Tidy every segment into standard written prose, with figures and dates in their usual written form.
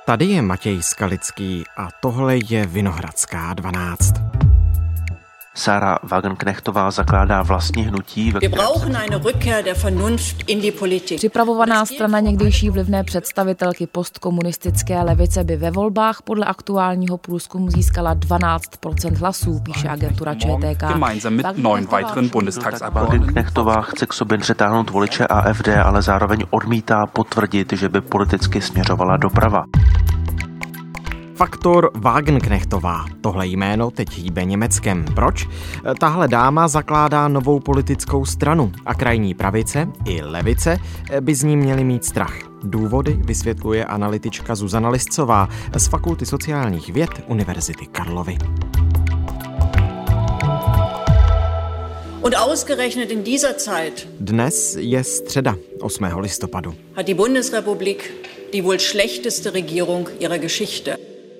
Tady je Matěj Skalický a tohle je Vinohradská 12. Sára Wagenknechtová zakládá vlastní hnutí. Připravovaná strana někdejší vlivné představitelky postkomunistické levice by ve volbách podle aktuálního průzkumu získala 12% hlasů, píše agentura ČTK. Wagenknechtová chce k sobě přitáhnout voliče AfD, ale zároveň odmítá potvrdit, že by politicky směřovala doprava. Faktor Wagenknechtová. Tohle jméno teď hýbe Německem. Proč? Tahle dáma zakládá novou politickou stranu a krajní pravice i levice by z ní měly mít strach. Důvody vysvětluje analytička Zuzana Liscová z Fakulty sociálních věd Univerzity Karlovy. Und ausgerechnet in dieser Zeit Dnes je středa, 8. listopadu. hat die Bundesrepublik die wohl schlechteste Regierung ihrer Geschichte.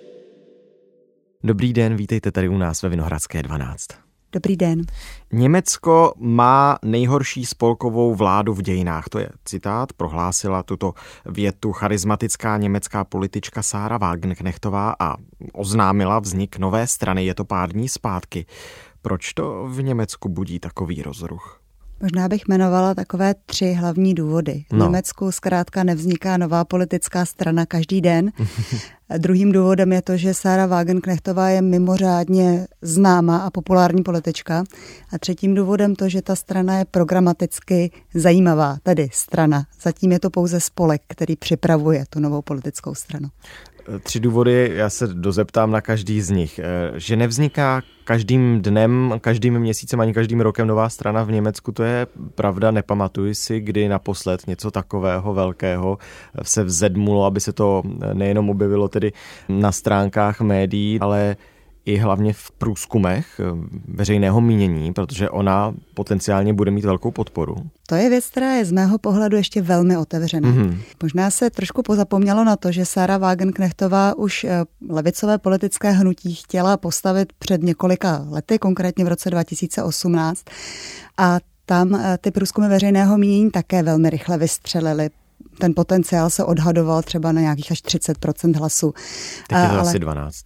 Dobrý den, vítejte tady u nás ve Vinohradské 12. Dobrý den. Německo má nejhorší spolkovou vládu v dějinách. To je citát, prohlásila tuto větu charismatická německá politička Sára Wagenknechtová a oznámila vznik nové strany. Je to pár dní zpátky. Proč to v Německu budí takový rozruch? Možná bych jmenovala takové 3 hlavní důvody. V Německu zkrátka nevzniká nová politická strana každý den. Druhým důvodem je to, že Sára Wagenknechtová je mimořádně známá a populární politička. A třetím důvodem to, že ta strana je programaticky zajímavá, tedy strana. Zatím je to pouze spolek, který připravuje tu novou politickou stranu. 3 důvody, já se dozeptám na každý z nich. Že nevzniká každým dnem, každým měsícem ani každým rokem nová strana v Německu, to je pravda, nepamatuji si, kdy naposled něco takového velkého se vzedmulo, aby se to nejenom objevilo tedy na stránkách médií, ale i hlavně v průzkumech veřejného mínění, protože ona potenciálně bude mít velkou podporu. To je věc, která je z mého pohledu ještě velmi otevřená. Možná se trošku pozapomnělo na to, že Sára Wagenknechtová už levicové politické hnutí chtěla postavit před několika lety, konkrétně v roce 2018. A tam ty průzkumy veřejného mínění také velmi rychle vystřelily. Ten potenciál se odhadoval třeba na nějakých až 30% hlasů. Teď je to asi 12.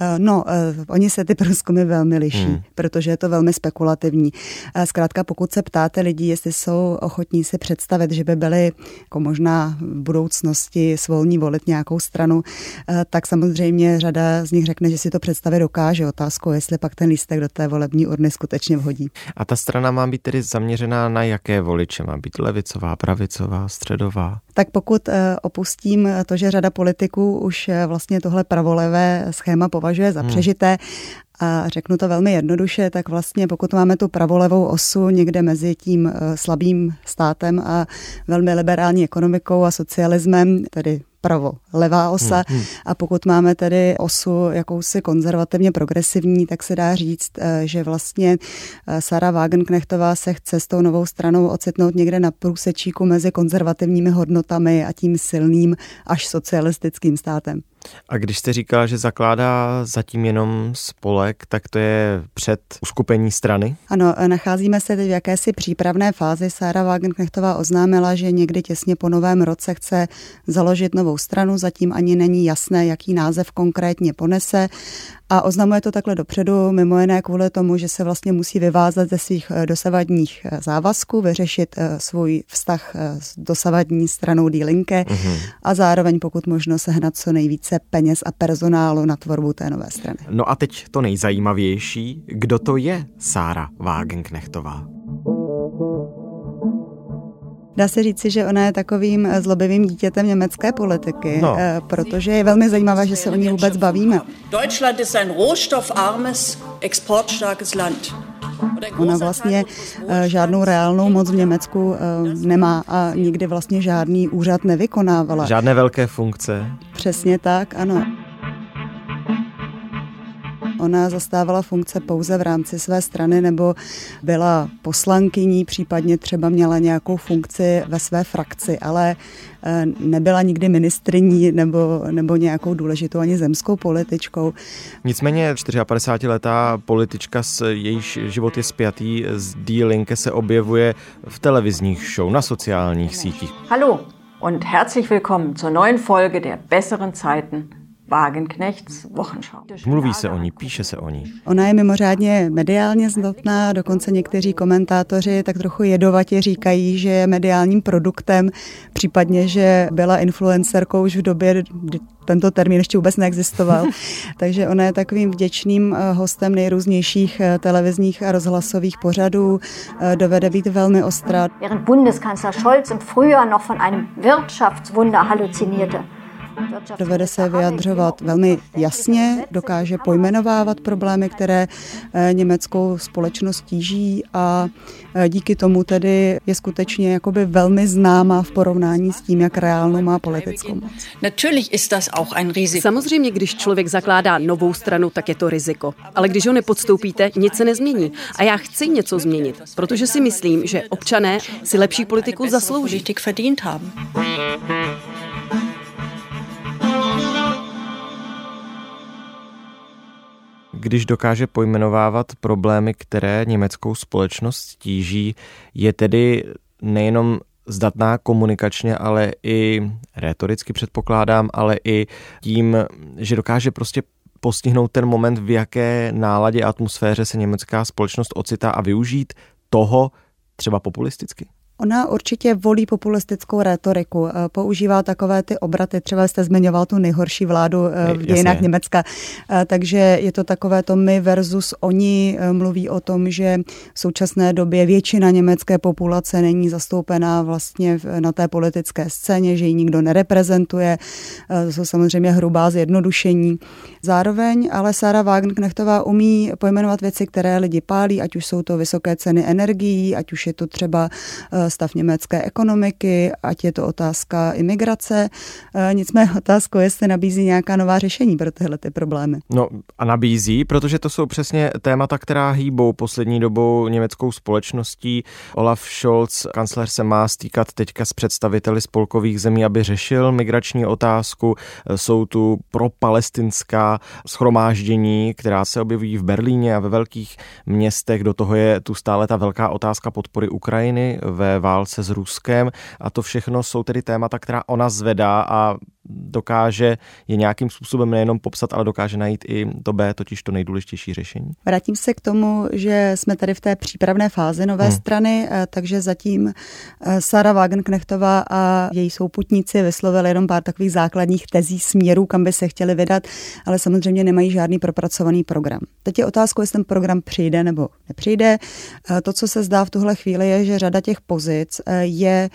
Oni se ty průzkumy velmi liší, protože je to velmi spekulativní. Zkrátka, pokud se ptáte lidí, jestli jsou ochotní si představit, že by byli jako možná v budoucnosti svolní volit nějakou stranu, tak samozřejmě řada z nich řekne, že si to představit dokáže. Otázkou, jestli pak ten lístek do té volební urny skutečně vhodí. A ta strana má být tedy zaměřená na jaké voliče? Má být levicová, pravicová, středová? Tak pokud opustím to, že řada politiků už vlastně tohle pravolevé schéma považuje za přežité a řeknu to velmi jednoduše, tak vlastně pokud máme tu pravolevou osu někde mezi tím slabým státem a velmi liberální ekonomikou a socialismem, tedy pravo-levá osa. A pokud máme tedy osu jakousi konzervativně progresivní, tak se dá říct, že vlastně Sára Wagenknechtová se chce s tou novou stranou ocitnout někde na průsečíku mezi konzervativními hodnotami a tím silným až socialistickým státem. A když jste říkala, že zakládá zatím jenom spolek, tak to je před uskupení strany? Ano, nacházíme se teď v jakési přípravné fázi. Sára Wagenknechtová oznámila, že někdy těsně po novém roce chce založit novou stranu. Zatím ani není jasné, jaký název konkrétně ponese. A oznamuje to takhle dopředu, mimo jiné kvůli tomu, že se vlastně musí vyvázat ze svých dosavadních závazků, vyřešit svůj vztah s dosavadní stranou Die Linke a zároveň pokud možno sehnat co nejvíce peněz a personálu na tvorbu té nové strany. No a teď to nejzajímavější, kdo to je Sára Wagenknechtová? Dá se říci, že ona je takovým zlobivým dítětem německé politiky, protože je velmi zajímavé, že se o ní vůbec bavíme. Deutschland ist ein rohstoffarmes, exportstarkes Land. Ona vlastně žádnou reálnou moc v Německu nemá a nikdy vlastně žádný úřad nevykonávala. Žádné velké funkce. Přesně tak, ano. Ona zastávala funkce pouze v rámci své strany nebo byla poslankyní, případně třeba měla nějakou funkci ve své frakci, ale nebyla nikdy ministryní nebo nějakou důležitou ani zemskou političkou. Nicméně 54letá politička, jejíž život je spjatý s Die Linke, se objevuje v televizních show, na sociálních sítích. Hallo. und herzlich willkommen zur neuen Folge der besseren Zeiten Wagenknechts Wochenschau. Mluví se o ní, píše se o ní. Ona je mimořádně mediálně znatná, dokonce někteří komentátoři tak trochu jedovatě říkají, že je mediálním produktem, případně, že byla influencerkou už v době, kdy tento termín ještě vůbec neexistoval. Takže ona je takovým vděčným hostem nejrůznějších televizních a rozhlasových pořadů, dovede být velmi ostrá. Während Bundeskanzler Scholz im Frühjahr noch von einem Wirtschaftswunder halluzinierte. Dovede se vyjadřovat velmi jasně, dokáže pojmenovávat problémy, které německou společnost tíží a díky tomu tedy je skutečně jakoby velmi známá v porovnání s tím, jak reálnou má politickou moc. Samozřejmě, když člověk zakládá novou stranu, tak je to riziko. Ale když ho nepodstoupíte, nic se nezmění. A já chci něco změnit, protože si myslím, že občané si lepší politiku zaslouží. Když dokáže pojmenovávat problémy, které německou společnost tíží, je tedy nejenom zdatná komunikačně, ale i rétoricky předpokládám, ale i tím, že dokáže prostě postihnout ten moment, v jaké náladě a atmosféře se německá společnost ocitá a využít toho třeba populisticky. Ona určitě volí populistickou rétoriku, používá takové ty obraty, třeba jste zmiňoval tu nejhorší vládu v dějinách Německa, takže je to takové to my versus oni, mluví o tom, že v současné době většina německé populace není zastoupená vlastně na té politické scéně, že ji nikdo nereprezentuje, to jsou samozřejmě hrubá zjednodušení. Zároveň ale Sarah Wagenknechtová umí pojmenovat věci, které lidi pálí, ať už jsou to vysoké ceny energií, ať už je to třeba stav německé ekonomiky, ať je to otázka imigrace. Nicméně otázkou je, jestli nabízí nějaká nová řešení pro tyhle ty problémy. No a nabízí, protože to jsou přesně témata, která hýbou poslední dobou německou společností. Olaf Scholz, kancléř, se má stýkat teďka s představiteli spolkových zemí, aby řešil migrační otázku. Jsou tu propalestinská shromáždění, která se objevují v Berlíně a ve velkých městech. Do toho je tu stále ta velká otázka podpory Ukrajiny ve válce s Ruskem a to všechno jsou tedy témata, která ona zvedá a dokáže je nějakým způsobem nejenom popsat, ale dokáže najít i to B, totiž to nejdůležitější řešení. Vrátím se k tomu, že jsme tady v té přípravné fázi nové strany, takže zatím Sarah Wagenknechtová a její souputníci vyslovili jenom pár takových základních tezí směrů, kam by se chtěli vydat, ale samozřejmě nemají žádný propracovaný program. Teď je otázkou, jestli ten program přijde nebo nepřijde. To, co se zdá v tuhle chvíli, je, že řada těch pozic je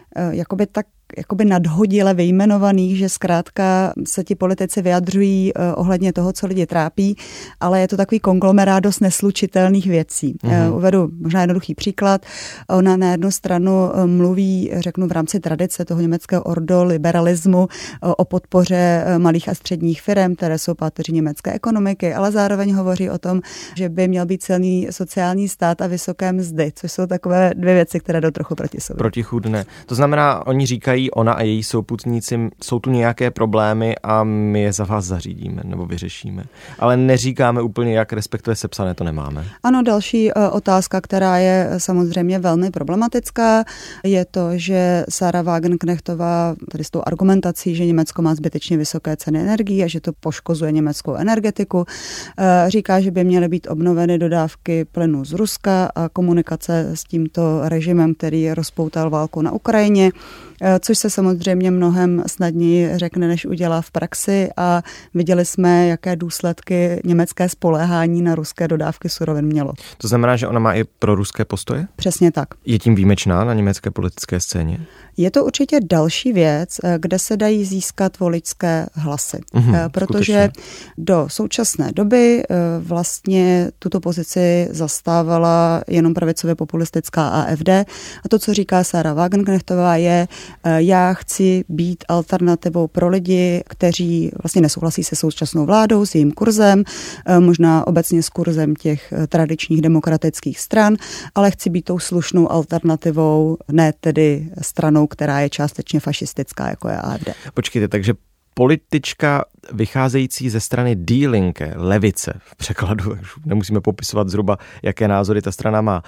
jakoby nadhodile vyjmenovaných, že zkrátka se ti politici vyjadřují ohledně toho, co lidi trápí, ale je to takový konglomerát dost neslučitelných věcí. Uvedu možná jednoduchý příklad. Ona na jednu stranu mluví, řeknu v rámci tradice toho německého ordoliberalismu o podpoře malých a středních firem, které jsou páteří německé ekonomiky, ale zároveň hovoří o tom, že by měl být silný sociální stát a vysoké mzdy, což jsou takové dvě věci, které jdou trochu proti sobě. Protichůdné. To znamená, oni říkají, ona a její souputníci, jsou tu nějaké problémy a my je za vás zařídíme nebo vyřešíme. Ale neříkáme úplně, jak, respektive sepsané to nemáme. Ano, další otázka, která je samozřejmě velmi problematická, je to, že Sarah Wagenknechtová tady s tou argumentací, že Německo má zbytečně vysoké ceny energií a že to poškozuje německou energetiku, říká, že by měly být obnoveny dodávky plynu z Ruska a komunikace s tímto režimem, který rozpoutal válku na Ukrajině, což se samozřejmě mnohem snadněji řekne, než udělá v praxi a viděli jsme, jaké důsledky německé spoléhání na ruské dodávky surovin mělo. To znamená, že ona má i proruské postoje? Přesně tak. Je tím výjimečná na německé politické scéně? Je to určitě další věc, kde se dají získat voličské hlasy, protože do současné doby vlastně tuto pozici zastávala jenom pravicově populistická AfD a to, co říká Sarah Wagenknechtová, je, já chci být alternativou pro lidi, kteří vlastně nesouhlasí se současnou vládou, s jejím kurzem, možná obecně s kurzem těch tradičních demokratických stran, ale chci být tou slušnou alternativou, ne tedy stranou, která je částečně fašistická, jako je AfD. Počkejte, takže politička vycházející ze strany Die Linke, levice v překladu, nemusíme popisovat zhruba, jaké názory ta strana má,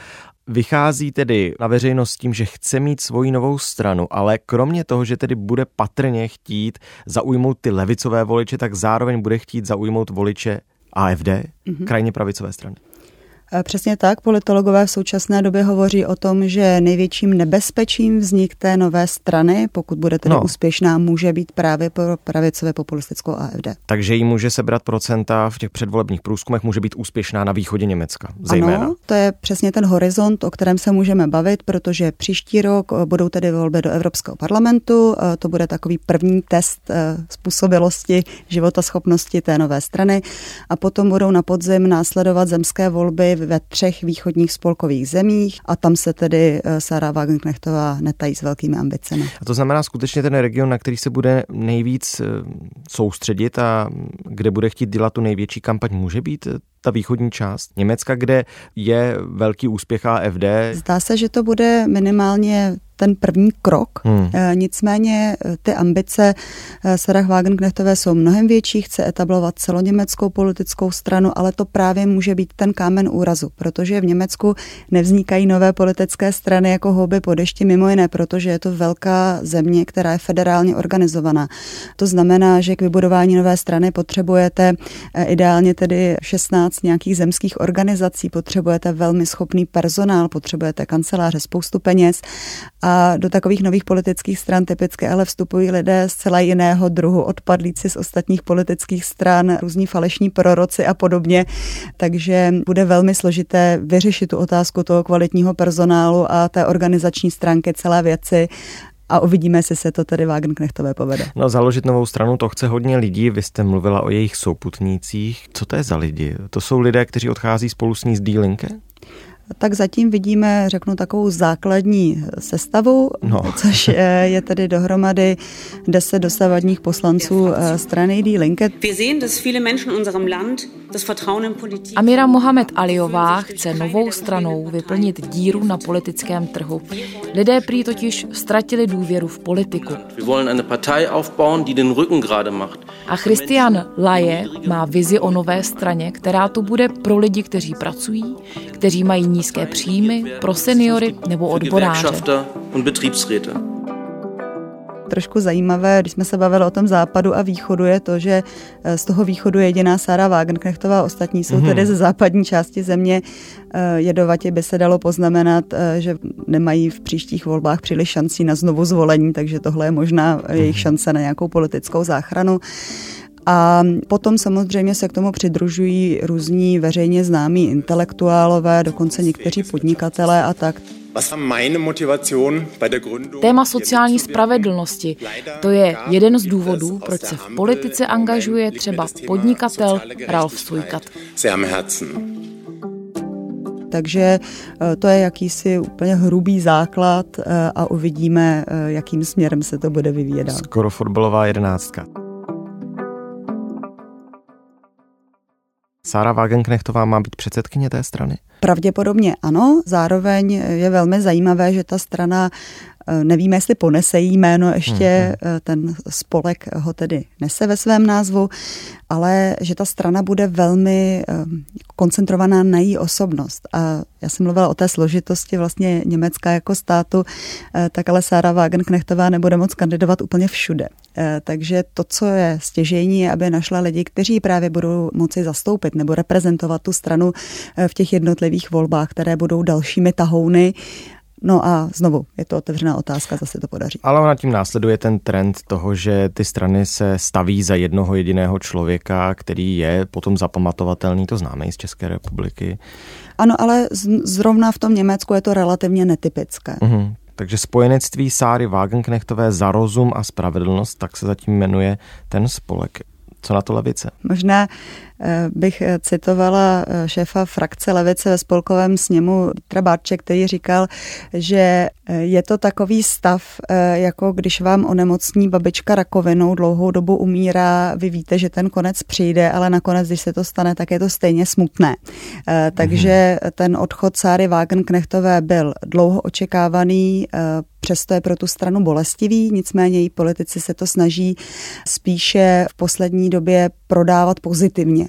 vychází tedy na veřejnost tím, že chce mít svoji novou stranu, ale kromě toho, že tedy bude patrně chtít zaujmout ty levicové voliče, tak zároveň bude chtít zaujmout voliče AfD, krajně pravicové strany. Přesně tak, politologové v současné době hovoří o tom, že největším nebezpečím vznik té nové strany, pokud bude tedy úspěšná, může být právě pro pravicově populistickou AfD. Takže jí může sebrat procenta v těch předvolebních průzkumech, může být úspěšná na východě Německa, zejména. Ano, to je přesně ten horizont, o kterém se můžeme bavit, protože příští rok budou tedy volby do Evropského parlamentu, to bude takový první test způsobilosti, životaschopnosti té nové strany a potom budou na podzim následovat zemské volby ve 3 východních spolkových zemích a tam se tedy Sára Wagenknechtová netají s velkými ambicemi. A to znamená skutečně ten region, na který se bude nejvíc soustředit a kde bude chtít dělat tu největší kampaň, může být ta východní část Německa, kde je velký úspěch AfD? Zdá se, že to bude minimálně ten první krok. Nicméně ty ambice Sarah Wagenknechtové jsou mnohem větší, chce etablovat celoněmeckou politickou stranu, ale to právě může být ten kámen úrazu, protože v Německu nevznikají nové politické strany jako houby po dešti, mimo jiné, protože je to velká země, která je federálně organizovaná. To znamená, že k vybudování nové strany potřebujete ideálně tedy 16 nějakých zemských organizací, potřebujete velmi schopný personál, potřebujete kanceláře, spoustu peněz a do takových nových politických stran typicky ale vstupují lidé zcela jiného druhu, odpadlíci z ostatních politických stran, různí falešní proroci a podobně, takže bude velmi složité vyřešit tu otázku toho kvalitního personálu a té organizační stránky celé věci. A uvidíme, jestli se to tedy Wagenknechtové povede. No, založit novou stranu, to chce hodně lidí. Vy jste mluvila o jejich souputnících. Co to je za lidi? To jsou lidé, kteří odchází spolu s ní z Die Linke? Tak zatím vidíme, řeknu, takovou základní sestavu, což je tedy dohromady 10 dosavadních poslanců strany Die Linke. Amira Mohamed Aliová chce novou stranou vyplnit díru na politickém trhu. Lidé prý totiž ztratili důvěru v politiku. A Christian Laje má vizi o nové straně, která tu bude pro lidi, kteří pracují, kteří mají nízké příjmy, pro seniory nebo odboráře. Trošku zajímavé, když jsme se bavili o tom západu a východu, je to, že z toho východu je jediná Sára Wagenknechtová, ostatní jsou tedy ze západní části země. Jedovatě by se dalo poznamenat, že nemají v příštích volbách příliš šancí na znovu zvolení, takže tohle je možná jejich šance na nějakou politickou záchranu. A potom samozřejmě se k tomu přidružují různí veřejně známí intelektuálové, dokonce někteří podnikatelé a tak. Téma sociální spravedlnosti, to je jeden z důvodů, proč se v politice angažuje třeba podnikatel Ralf Sujkat. Takže to je jakýsi úplně hrubý základ a uvidíme, jakým směrem se to bude vyvíjet dál. Skoro fotbalová 11. Sára Wagenknechtová má být předsedkyně té strany? Pravděpodobně ano, zároveň je velmi zajímavé, že ta strana, nevíme, jestli ponese jí jméno ještě, ten spolek ho tedy nese ve svém názvu, ale že ta strana bude velmi koncentrovaná na její osobnost. A já jsem mluvila o té složitosti vlastně Německa jako státu, tak ale Sára Wagenknechtová nebude moc kandidovat úplně všude. Takže to, co je stěžejní, je, aby našla lidi, kteří právě budou moci zastoupit nebo reprezentovat tu stranu v těch jednotlivých volbách, které budou dalšími tahouny. No a znovu, je to otevřená otázka, zase to podaří. Ale ona tím následuje ten trend toho, že ty strany se staví za jednoho jediného člověka, který je potom zapamatovatelný, to známe i z České republiky. Ano, ale zrovna v tom Německu je to relativně netypické. Takže spojenectví Sáry Wagenknechtové za rozum a spravedlnost, tak se zatím jmenuje ten spolek. Co na to levice? Možná bych citovala šéfa frakce levice ve spolkovém sněmu Vítra Bartše, který říkal, že je to takový stav, jako když vám onemocní babička rakovinou, dlouhou dobu umírá, vy víte, že ten konec přijde, ale nakonec, když se to stane, tak je to stejně smutné. Takže ten odchod Sáry Wagenknechtové byl dlouho očekávaný, přesto je pro tu stranu bolestivý, nicméně její politici se to snaží spíše v poslední době prodávat pozitivně.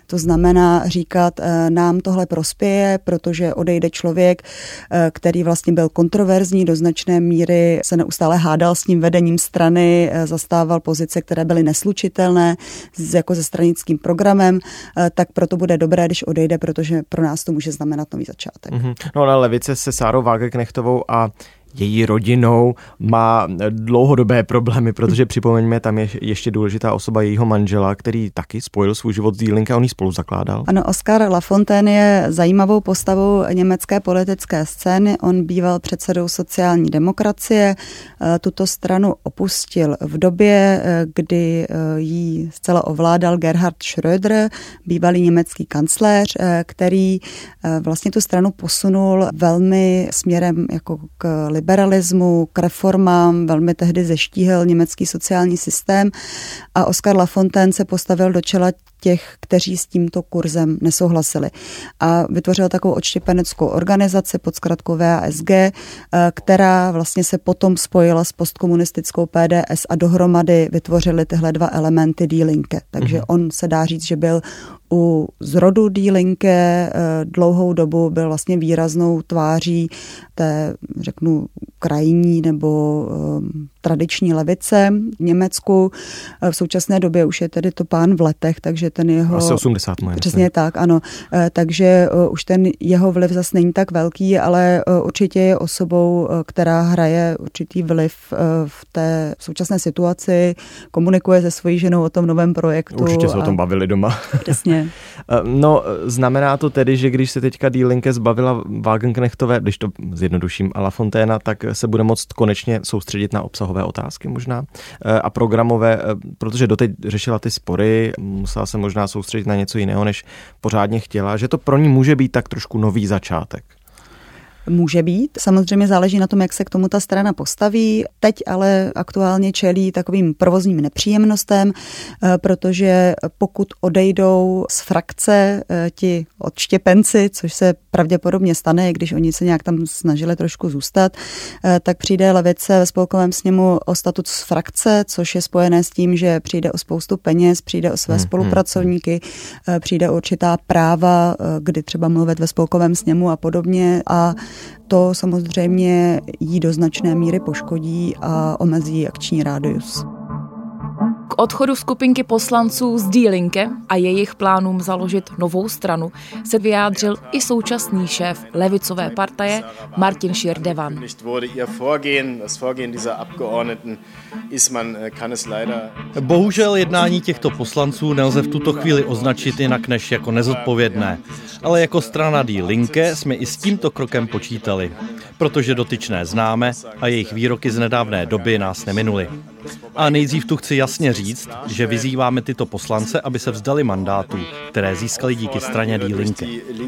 To znamená říkat, nám tohle prospěje, protože odejde člověk, který vlastně byl kontroverzní, do značné míry se neustále hádal s tím vedením strany, zastával pozice, které byly neslučitelné jako se stranickým programem, tak proto bude dobré, když odejde, protože pro nás to může znamenat nový začátek. No ale levice se Sárou Wagenknechtovou a její rodinou má dlouhodobé problémy, protože připomeňme, tam je ještě důležitá osoba jejího manžela, který taky spojil svůj život s Die Linke a on ji spolu zakládal. Ano, Oskar Lafontaine je zajímavou postavou německé politické scény. On býval předsedou sociální demokracie. Tuto stranu opustil v době, kdy ji zcela ovládal Gerhard Schröder, bývalý německý kancléř, který vlastně tu stranu posunul velmi směrem jako k liberalismu, k reformám, velmi tehdy zeštíhil německý sociální systém a Oskar Lafontaine se postavil do čela těch, kteří s tímto kurzem nesouhlasili. A vytvořil takovou odštěpeneckou organizaci pod zkratkou VASG, která vlastně se potom spojila s postkomunistickou PDS a dohromady vytvořili tyhle dva elementy Die Linke. Takže on se dá říct, že byl u zrodu Die Linke dlouhou dobu, byl vlastně výraznou tváří té, řeknu, krajní nebo tradiční levice v Německu. V současné době už je tedy to pán v letech, takže ten jeho... Asi 80 má. Přesně tak, ano. Takže už ten jeho vliv zase není tak velký, ale určitě je osobou, která hraje určitý vliv v té současné situaci, komunikuje se svojí ženou o tom novém projektu. Určitě se o tom bavili doma. Přesně. No, znamená to tedy, že když se teďka Die Linke zbavila Wagenknechtové, když to zjednoduším, a Lafontaina, tak se bude moct konečně soustředit na obsahové otázky možná a programové, protože doteď řešila ty spory, musela se možná soustředit na něco jiného, než pořádně chtěla, že to pro ní může být tak trošku nový začátek. Může být. Samozřejmě záleží na tom, jak se k tomu ta strana postaví. Teď ale aktuálně čelí takovým provozním nepříjemnostem, protože pokud odejdou z frakce ti odštěpenci, což se pravděpodobně stane, když oni se nějak tam snažili trošku zůstat, tak přijde levice ve spolkovém sněmu o statut z frakce, což je spojené s tím, že přijde o spoustu peněz, přijde o své spolupracovníky, přijde o určitá práva, kdy třeba mluvit ve spolkovém sněmu a podobně a to samozřejmě jí do značné míry poškodí a omezí akční rádius. K odchodu skupinky poslanců z Die Linke a jejich plánům založit novou stranu se vyjádřil i současný šéf levicové partaje Martin Schirdewan. Bohužel jednání těchto poslanců nelze v tuto chvíli označit jinak než jako nezodpovědné. Ale jako strana Die Linke jsme i s tímto krokem počítali, protože dotyčné známe a jejich výroky z nedávné doby nás neminuly. A nejdřív tu chci jasně říct, že vyzýváme tyto poslance, aby se vzdali mandátů, které získali díky straně Die Linke.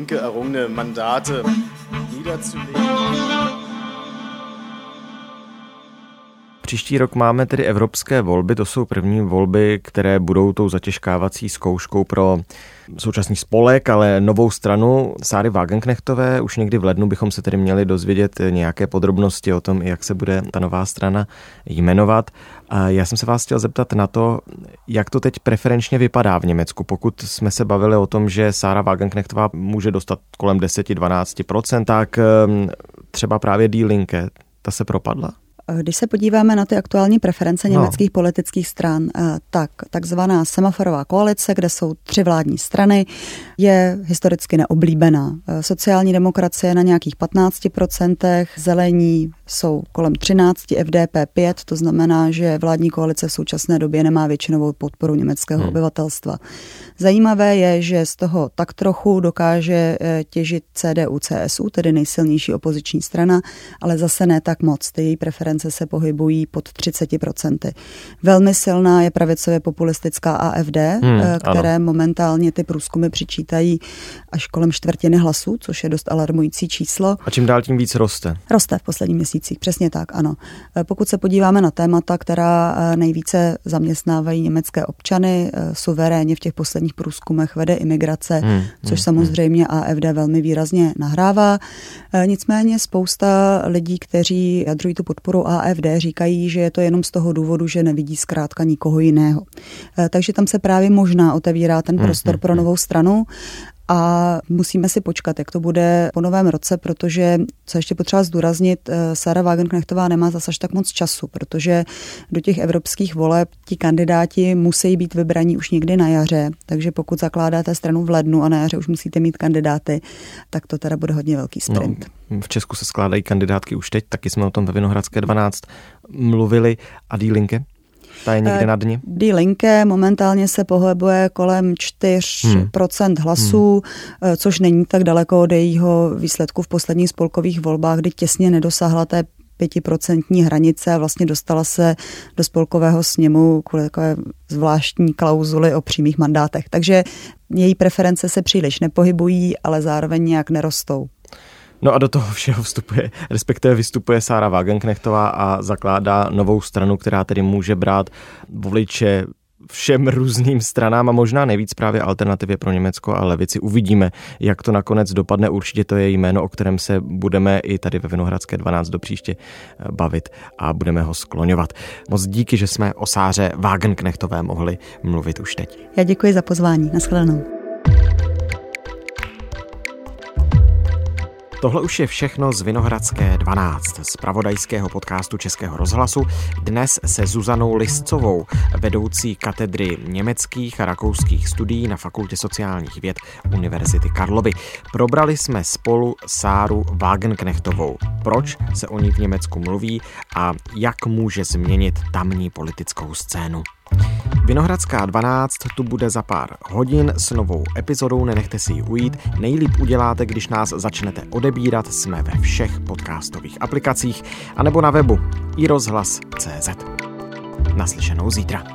Příští rok máme tedy evropské volby, to jsou první volby, které budou tou zatěžkávací zkouškou pro současný spolek, ale novou stranu Sáry Wagenknechtové. Už někdy v lednu bychom se tedy měli dozvědět nějaké podrobnosti o tom, jak se bude ta nová strana jmenovat. A já jsem se vás chtěl zeptat na to, jak to teď preferenčně vypadá v Německu. Pokud jsme se bavili o tom, že Sára Wagenknechtová může dostat kolem 10-12%, tak třeba právě Die Linke, ta se propadla? Když se podíváme na ty aktuální preference německých politických stran, tak takzvaná semaforová koalice, kde jsou 3 vládní strany, je historicky neoblíbená. Sociální demokracie na nějakých 15%, zelení jsou kolem 13, FDP 5, to znamená, že vládní koalice v současné době nemá většinovou podporu německého obyvatelstva. Zajímavé je, že z toho tak trochu dokáže těžit CDU-CSU, tedy nejsilnější opoziční strana, ale zase ne tak moc. Ty její preference se pohybují pod 30%. Velmi silná je pravicově populistická AfD, které momentálně ty průzkumy přičítají až kolem 1/4 hlasů, což je dost alarmující číslo. A čím dál tím víc roste? Roste v posledních měsících, přesně tak, ano. Pokud se podíváme na témata, která nejvíce zaměstnávají německé občany, suverénně v těch posledních průzkumech vede imigrace, což samozřejmě AfD velmi výrazně nahrává. Nicméně spousta lidí, kteří jadrují tu podporu podporou AfD, říkají, že je to jenom z toho důvodu, že nevidí zkrátka nikoho jiného. Takže tam se právě možná otevírá ten prostor pro novou stranu. A musíme si počkat, jak to bude po novém roce, protože, co ještě potřeba zdůraznit, Sára Wagenknechtová nemá zase až tak moc času, protože do těch evropských voleb ti kandidáti musí být vybraní už někdy na jaře, takže pokud zakládáte stranu v lednu a na jaře už musíte mít kandidáty, tak to teda bude hodně velký sprint. No, v Česku se skládají kandidátky už teď, taky jsme o tom ve Vinohradské 12 mluvili. A Die Linke? Ta je někde na dně? Die Linke momentálně se pohybuje kolem 4% hlasů, což není tak daleko od jejího výsledku v posledních spolkových volbách, kdy těsně nedosáhla té 5% hranice a vlastně dostala se do spolkového sněmu kvůli takové zvláštní klauzuli o přímých mandátech. Takže její preference se příliš nepohybují, ale zároveň nějak nerostou. No a do toho všeho vystupuje Sára Wagenknechtová a zakládá novou stranu, která tedy může brát voliče všem různým stranám a možná nejvíc právě Alternativě pro Německo a levici. Uvidíme, jak to nakonec dopadne. Určitě to je jméno, o kterém se budeme i tady ve Vinohradské 12 do příště bavit a budeme ho skloňovat. Moc díky, že jsme o Sáře Wagenknechtové mohli mluvit už teď. Já děkuji za pozvání. Naschledanou. Tohle už je všechno z Vinohradské 12, z zpravodajského podcastu Českého rozhlasu. Dnes se Zuzanou Liscovou, vedoucí katedry německých a rakouských studií na Fakultě sociálních věd Univerzity Karlovy. Probrali jsme spolu Sáru Wagenknechtovou. Proč se o ní v Německu mluví a jak může změnit tamní politickou scénu. Vinohradská 12 tu bude za pár hodin s novou epizodou, nenechte si ji ujít. Nejlíp uděláte, když nás začnete odebírat, jsme ve všech podcastových aplikacích anebo na webu iRozhlas.cz. Naslyšenou zítra.